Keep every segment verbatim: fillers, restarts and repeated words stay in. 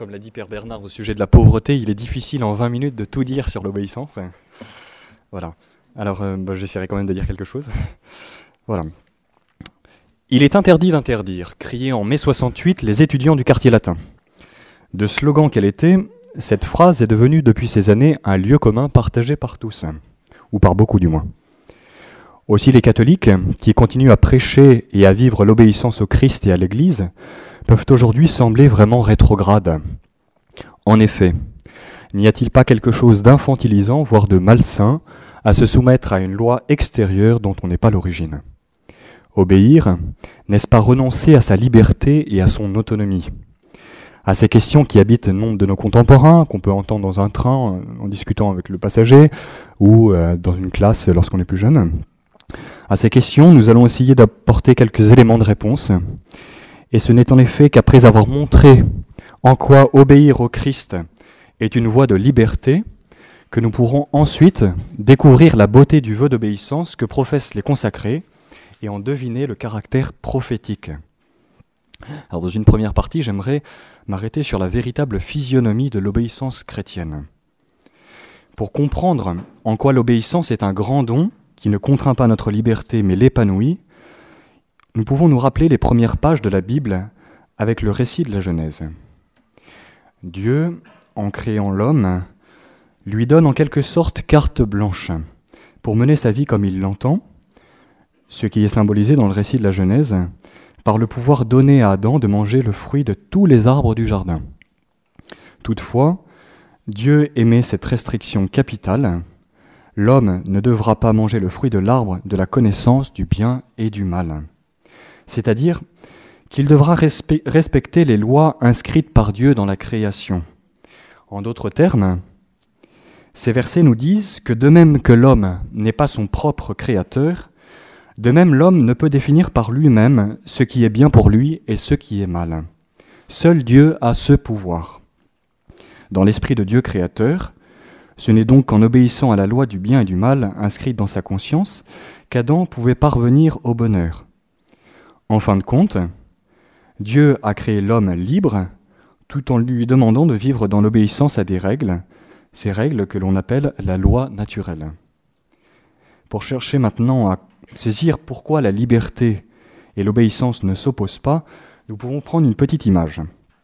comme l'a dit Père Bernard au sujet de la pauvreté, il est difficile en vingt minutes de tout dire sur l'obéissance. Voilà. Alors, euh, bah, j'essaierai quand même de dire quelque chose. Voilà. Il est interdit d'interdire, criaient en mai soixante-huit les étudiants du quartier latin. De slogan qu'elle était, cette phrase est devenue depuis ces années un lieu commun partagé par tous, ou par beaucoup du moins. Aussi les catholiques, qui continuent à prêcher et à vivre l'obéissance au Christ et à l'Église, peuvent aujourd'hui sembler vraiment rétrogrades. En effet, n'y a-t-il pas quelque chose d'infantilisant, voire de malsain, à se soumettre à une loi extérieure dont on n'est pas l'origine ? Obéir, n'est-ce pas renoncer à sa liberté et à son autonomie ? À ces questions qui habitent nombre de nos contemporains, qu'on peut entendre dans un train en discutant avec le passager, ou euh, dans une classe lorsqu'on est plus jeune. À ces questions, nous allons essayer d'apporter quelques éléments de réponse. Et ce n'est en effet qu'après avoir montré en quoi obéir au Christ est une voie de liberté, que nous pourrons ensuite découvrir la beauté du vœu d'obéissance que professent les consacrés et en deviner le caractère prophétique. Alors dans une première partie, j'aimerais m'arrêter sur la véritable physionomie de l'obéissance chrétienne. Pour comprendre en quoi l'obéissance est un grand don qui ne contraint pas notre liberté mais l'épanouit, nous pouvons nous rappeler les premières pages de la Bible avec le récit de la Genèse. Dieu, en créant l'homme, lui donne en quelque sorte carte blanche pour mener sa vie comme il l'entend, ce qui est symbolisé dans le récit de la Genèse par le pouvoir donné à Adam de manger le fruit de tous les arbres du jardin. Toutefois, Dieu émet cette restriction capitale. L'homme ne devra pas manger le fruit de l'arbre de la connaissance du bien et du mal. C'est-à-dire qu'il devra respe- respecter les lois inscrites par Dieu dans la création. En d'autres termes, ces versets nous disent que de même que l'homme n'est pas son propre créateur, de même l'homme ne peut définir par lui-même ce qui est bien pour lui et ce qui est mal. Seul Dieu a ce pouvoir. Dans l'esprit de Dieu créateur, ce n'est donc qu'en obéissant à la loi du bien et du mal inscrite dans sa conscience qu'Adam pouvait parvenir au bonheur. En fin de compte, Dieu a créé l'homme libre tout en lui demandant de vivre dans l'obéissance à des règles, ces règles que l'on appelle la loi naturelle. Pour chercher maintenant à saisir pourquoi la liberté et l'obéissance ne s'opposent pas, nous pouvons prendre une petite image.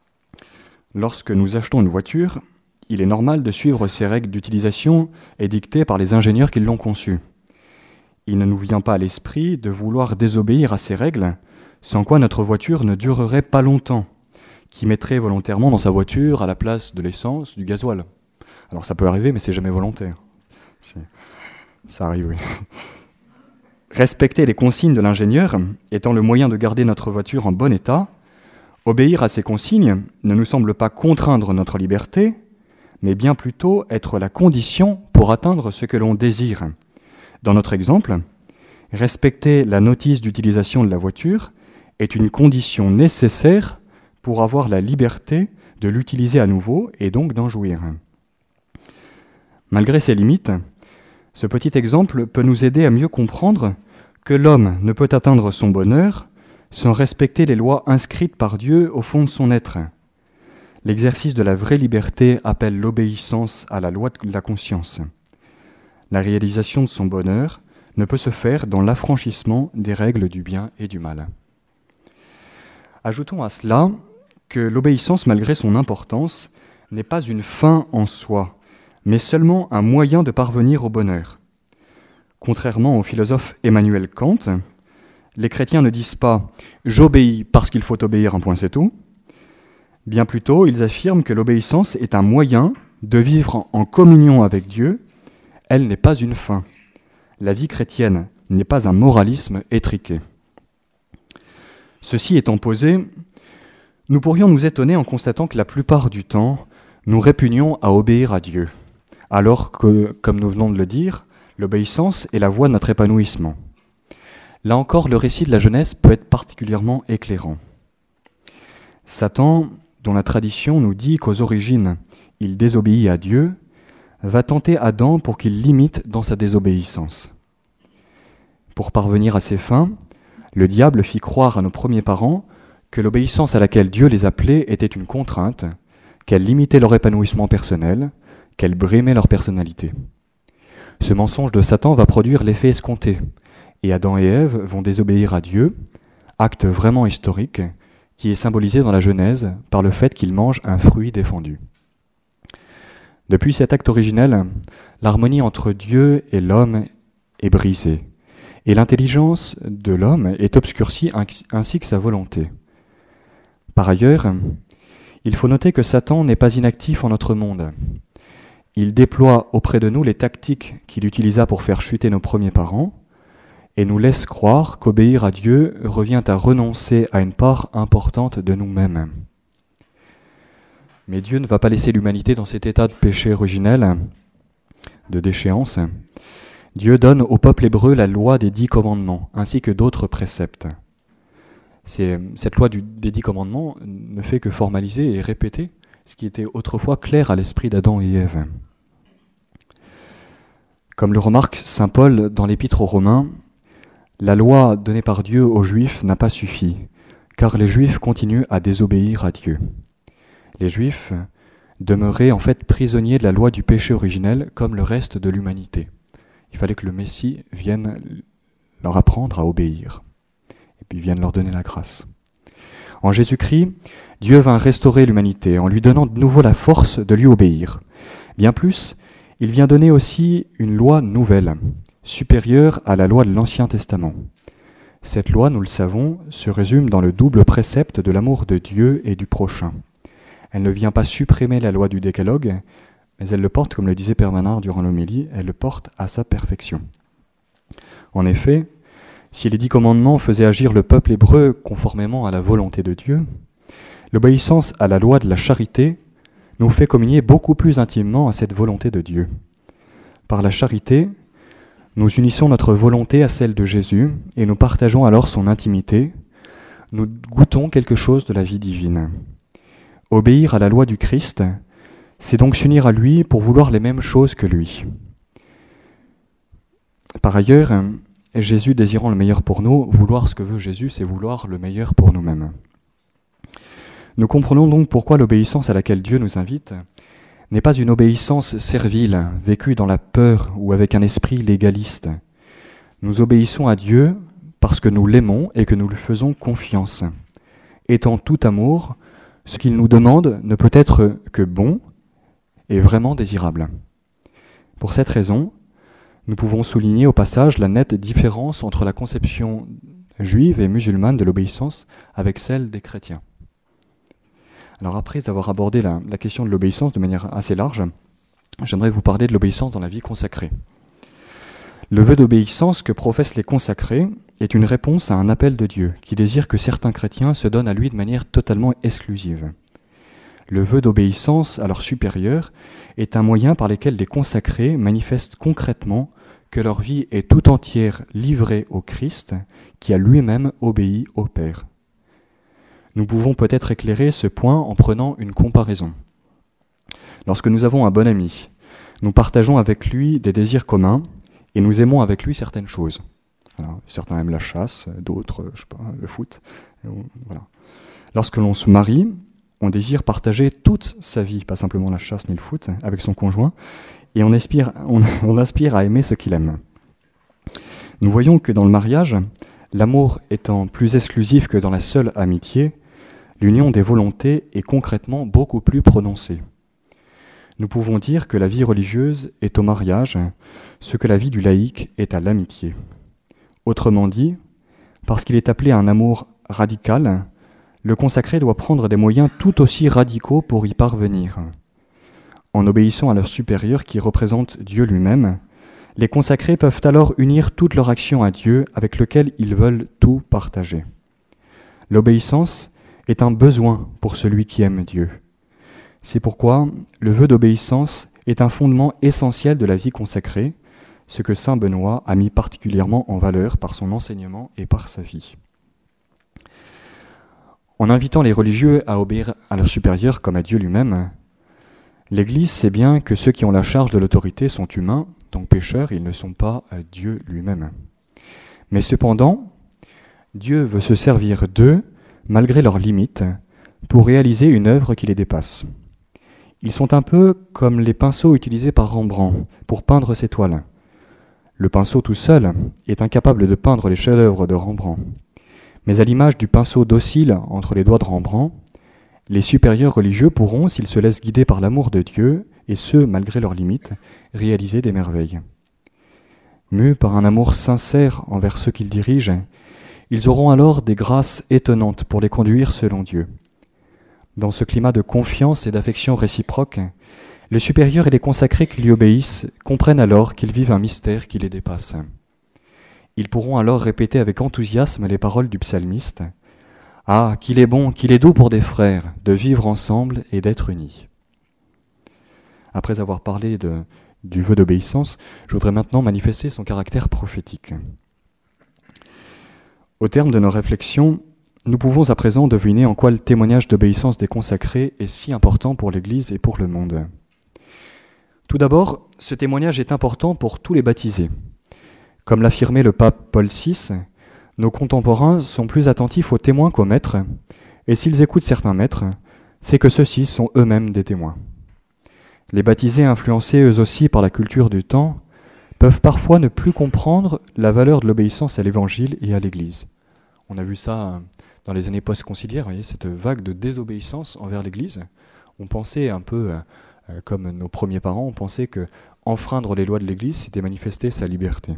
Lorsque nous achetons une voiture, il est normal de suivre ces règles d'utilisation édictées par les ingénieurs qui l'ont conçue. Il ne nous vient pas à l'esprit de vouloir désobéir à ces règles, sans quoi notre voiture ne durerait pas longtemps. Qui mettrait volontairement dans sa voiture à la place de l'essence, du gasoil. Alors ça peut arriver, mais c'est jamais volontaire. C'est... Ça arrive, oui. Respecter les consignes de l'ingénieur étant le moyen de garder notre voiture en bon état, obéir à ces consignes ne nous semble pas contraindre notre liberté, mais bien plutôt être la condition pour atteindre ce que l'on désire. Dans notre exemple, respecter la notice d'utilisation de la voiture est une condition nécessaire pour avoir la liberté de l'utiliser à nouveau et donc d'en jouir. Malgré ces limites, ce petit exemple peut nous aider à mieux comprendre que l'homme ne peut atteindre son bonheur sans respecter les lois inscrites par Dieu au fond de son être. L'exercice de la vraie liberté appelle l'obéissance à la loi de la conscience. La réalisation de son bonheur ne peut se faire dans l'affranchissement des règles du bien et du mal. Ajoutons à cela que l'obéissance, malgré son importance, n'est pas une fin en soi, mais seulement un moyen de parvenir au bonheur. Contrairement au philosophe Emmanuel Kant, les chrétiens ne disent pas « j'obéis parce qu'il faut obéir, un point c'est tout ». Bien plutôt, ils affirment que l'obéissance est un moyen de vivre en communion avec Dieu. Elle n'est pas une fin. La vie chrétienne n'est pas un moralisme étriqué. Ceci étant posé, nous pourrions nous étonner en constatant que la plupart du temps, nous répugnons à obéir à Dieu, alors que, comme nous venons de le dire, l'obéissance est la voie de notre épanouissement. Là encore, le récit de la Genèse peut être particulièrement éclairant. Satan, dont la tradition nous dit qu'aux origines, il désobéit à Dieu, va tenter Adam pour qu'il l'imite dans sa désobéissance. Pour parvenir à ses fins, le diable fit croire à nos premiers parents que l'obéissance à laquelle Dieu les appelait était une contrainte, qu'elle limitait leur épanouissement personnel, qu'elle brimait leur personnalité. Ce mensonge de Satan va produire l'effet escompté, et Adam et Ève vont désobéir à Dieu, acte vraiment historique, qui est symbolisé dans la Genèse par le fait qu'ils mangent un fruit défendu. Depuis cet acte originel, l'harmonie entre Dieu et l'homme est brisée, et l'intelligence de l'homme est obscurcie ainsi que sa volonté. Par ailleurs, il faut noter que Satan n'est pas inactif en notre monde. Il déploie auprès de nous les tactiques qu'il utilisa pour faire chuter nos premiers parents et nous laisse croire qu'obéir à Dieu revient à renoncer à une part importante de nous-mêmes. Mais Dieu ne va pas laisser l'humanité dans cet état de péché originel, de déchéance. Dieu donne au peuple hébreu la loi des dix commandements, ainsi que d'autres préceptes. C'est, cette loi du, des dix commandements ne fait que formaliser et répéter ce qui était autrefois clair à l'esprit d'Adam et Ève. Comme le remarque saint Paul dans l'Épître aux Romains, la loi donnée par Dieu aux Juifs n'a pas suffi, car les Juifs continuent à désobéir à Dieu. Les Juifs demeuraient en fait prisonniers de la loi du péché originel comme le reste de l'humanité. Il fallait que le Messie vienne leur apprendre à obéir, et puis vienne leur donner la grâce. En Jésus-Christ, Dieu vint restaurer l'humanité en lui donnant de nouveau la force de lui obéir. Bien plus, il vient donner aussi une loi nouvelle, supérieure à la loi de l'Ancien Testament. Cette loi, nous le savons, se résume dans le double précepte de l'amour de Dieu et du prochain. Elle ne vient pas supprimer la loi du décalogue, mais elle le porte, comme le disait Père Manard durant l'homélie, elle le porte à sa perfection. En effet, si les dix commandements faisaient agir le peuple hébreu conformément à la volonté de Dieu, l'obéissance à la loi de la charité nous fait communier beaucoup plus intimement à cette volonté de Dieu. Par la charité, nous unissons notre volonté à celle de Jésus et nous partageons alors son intimité. Nous goûtons quelque chose de la vie divine. Obéir à la loi du Christ, c'est donc s'unir à lui pour vouloir les mêmes choses que lui. Par ailleurs, Jésus désirant le meilleur pour nous, vouloir ce que veut Jésus, c'est vouloir le meilleur pour nous-mêmes. Nous comprenons donc pourquoi l'obéissance à laquelle Dieu nous invite n'est pas une obéissance servile, vécue dans la peur ou avec un esprit légaliste. Nous obéissons à Dieu parce que nous l'aimons et que nous lui faisons confiance. Étant tout amour, ce qu'il nous demande ne peut être que bon et vraiment désirable. Pour cette raison, nous pouvons souligner au passage la nette différence entre la conception juive et musulmane de l'obéissance avec celle des chrétiens. Alors après avoir abordé la, la question de l'obéissance de manière assez large, j'aimerais vous parler de l'obéissance dans la vie consacrée. Le vœu d'obéissance que professent les consacrés est une réponse à un appel de Dieu qui désire que certains chrétiens se donnent à lui de manière totalement exclusive. Le vœu d'obéissance à leur supérieur est un moyen par lequel les consacrés manifestent concrètement que leur vie est tout entière livrée au Christ qui a lui-même obéi au Père. Nous pouvons peut-être éclairer ce point en prenant une comparaison. Lorsque nous avons un bon ami, nous partageons avec lui des désirs communs et nous aimons avec lui certaines choses. Alors, certains aiment la chasse, d'autres, je sais pas, le foot. Voilà. Lorsque l'on se marie, on désire partager toute sa vie, pas simplement la chasse ni le foot, avec son conjoint, et on aspire, on, on aspire à aimer ce qu'il aime. Nous voyons que dans le mariage, l'amour étant plus exclusif que dans la seule amitié, l'union des volontés est concrètement beaucoup plus prononcée. Nous pouvons dire que la vie religieuse est au mariage ce que la vie du laïc est à l'amitié. Autrement dit, parce qu'il est appelé à un amour radical, le consacré doit prendre des moyens tout aussi radicaux pour y parvenir. En obéissant à leur supérieur qui représente Dieu lui-même, les consacrés peuvent alors unir toute leur action à Dieu avec lequel ils veulent tout partager. L'obéissance est un besoin pour celui qui aime Dieu. C'est pourquoi le vœu d'obéissance est un fondement essentiel de la vie consacrée, ce que saint Benoît a mis particulièrement en valeur par son enseignement et par sa vie. En invitant les religieux à obéir à leur supérieur comme à Dieu lui-même, l'Église sait bien que ceux qui ont la charge de l'autorité sont humains, donc pécheurs, ils ne sont pas Dieu lui-même. Mais cependant, Dieu veut se servir d'eux, malgré leurs limites, pour réaliser une œuvre qui les dépasse. Ils sont un peu comme les pinceaux utilisés par Rembrandt pour peindre ses toiles. Le pinceau tout seul est incapable de peindre les chefs-d'œuvre de Rembrandt. Mais à l'image du pinceau docile entre les doigts de Rembrandt, les supérieurs religieux pourront, s'ils se laissent guider par l'amour de Dieu, et ce, malgré leurs limites, réaliser des merveilles. Mus par un amour sincère envers ceux qu'ils dirigent, ils auront alors des grâces étonnantes pour les conduire selon Dieu. Dans ce climat de confiance et d'affection réciproque, le supérieur et les consacrés qui lui obéissent comprennent alors qu'ils vivent un mystère qui les dépasse. Ils pourront alors répéter avec enthousiasme les paroles du psalmiste « Ah, qu'il est bon, qu'il est doux pour des frères de vivre ensemble et d'être unis !» Après avoir parlé de, du vœu d'obéissance, je voudrais maintenant manifester son caractère prophétique. Au terme de nos réflexions, nous pouvons à présent deviner en quoi le témoignage d'obéissance des consacrés est si important pour l'Église et pour le monde. Tout d'abord, ce témoignage est important pour tous les baptisés. Comme l'affirmait le pape Paul six, nos contemporains sont plus attentifs aux témoins qu'aux maîtres, et s'ils écoutent certains maîtres, c'est que ceux-ci sont eux-mêmes des témoins. Les baptisés, influencés eux aussi par la culture du temps, peuvent parfois ne plus comprendre la valeur de l'obéissance à l'Évangile et à l'Église. On a vu ça dans les années post-conciliaires, vous voyez, cette vague de désobéissance envers l'Église. On pensait un peu, euh, comme nos premiers parents, on pensait que enfreindre les lois de l'Église, c'était manifester sa liberté.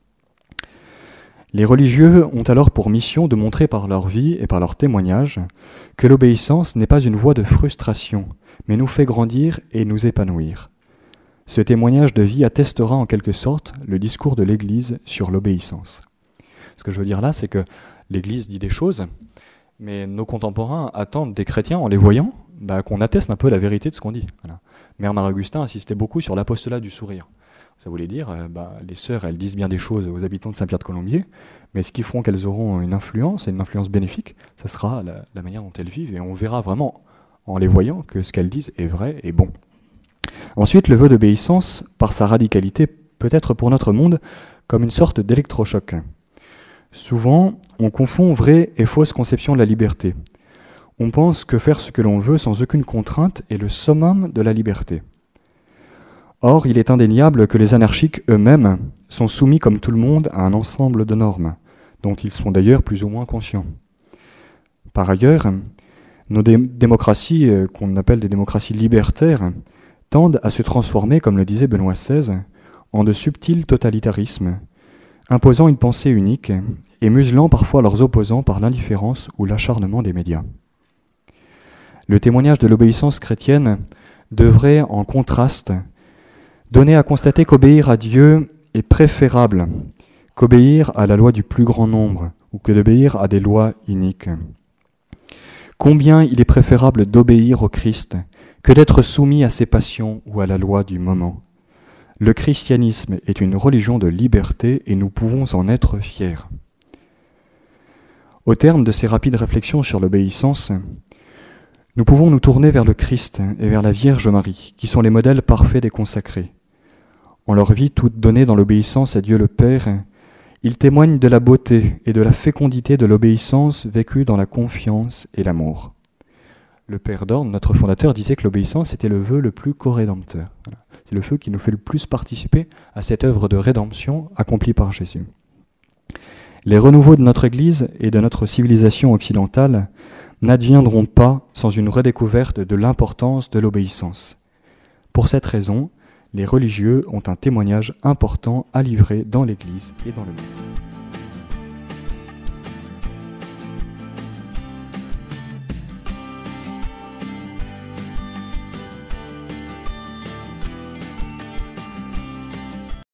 Les religieux ont alors pour mission de montrer par leur vie et par leur témoignage que l'obéissance n'est pas une voie de frustration, mais nous fait grandir et nous épanouir. Ce témoignage de vie attestera en quelque sorte le discours de l'Église sur l'obéissance. Ce que je veux dire là, c'est que l'Église dit des choses, mais nos contemporains attendent des chrétiens, en les voyant, bah, qu'on atteste un peu la vérité de ce qu'on dit. Voilà. Mère Marie-Augustin insistait beaucoup sur l'apostolat du sourire. Ça voulait dire, euh, bah, les sœurs, elles disent bien des choses aux habitants de Saint-Pierre-de-Colombier, mais ce qui feront qu'elles auront une influence, et une influence bénéfique, ça sera la, la manière dont elles vivent, et on verra vraiment, en les voyant, que ce qu'elles disent est vrai et bon. Ensuite, le vœu d'obéissance, par sa radicalité, peut être pour notre monde comme une sorte d'électrochoc. Souvent, on confond vraie et fausse conception de la liberté. On pense que faire ce que l'on veut sans aucune contrainte est le summum de la liberté. Or, il est indéniable que les anarchiques eux-mêmes sont soumis comme tout le monde à un ensemble de normes, dont ils sont d'ailleurs plus ou moins conscients. Par ailleurs, nos dé- démocraties, euh, qu'on appelle des démocraties libertaires, tendent à se transformer, comme le disait Benoît seize, en de subtils totalitarismes, imposant une pensée unique et muselant parfois leurs opposants par l'indifférence ou l'acharnement des médias. Le témoignage de l'obéissance chrétienne devrait, en contraste, donner à constater qu'obéir à Dieu est préférable qu'obéir à la loi du plus grand nombre ou que d'obéir à des lois iniques. Combien il est préférable d'obéir au Christ que d'être soumis à ses passions ou à la loi du moment. Le christianisme est une religion de liberté et nous pouvons en être fiers. Au terme de ces rapides réflexions sur l'obéissance, nous pouvons nous tourner vers le Christ et vers la Vierge Marie, qui sont les modèles parfaits des consacrés. En leur vie toute donnée dans l'obéissance à Dieu le Père, ils témoignent de la beauté et de la fécondité de l'obéissance vécue dans la confiance et l'amour. Le Père d'Orne, notre fondateur, disait que l'obéissance était le vœu le plus co-rédempteur. Voilà. C'est le vœu qui nous fait le plus participer à cette œuvre de rédemption accomplie par Jésus. Les renouveaux de notre Église et de notre civilisation occidentale n'adviendront pas sans une redécouverte de l'importance de l'obéissance. Pour cette raison, les religieux ont un témoignage important à livrer dans l'Église et dans le monde.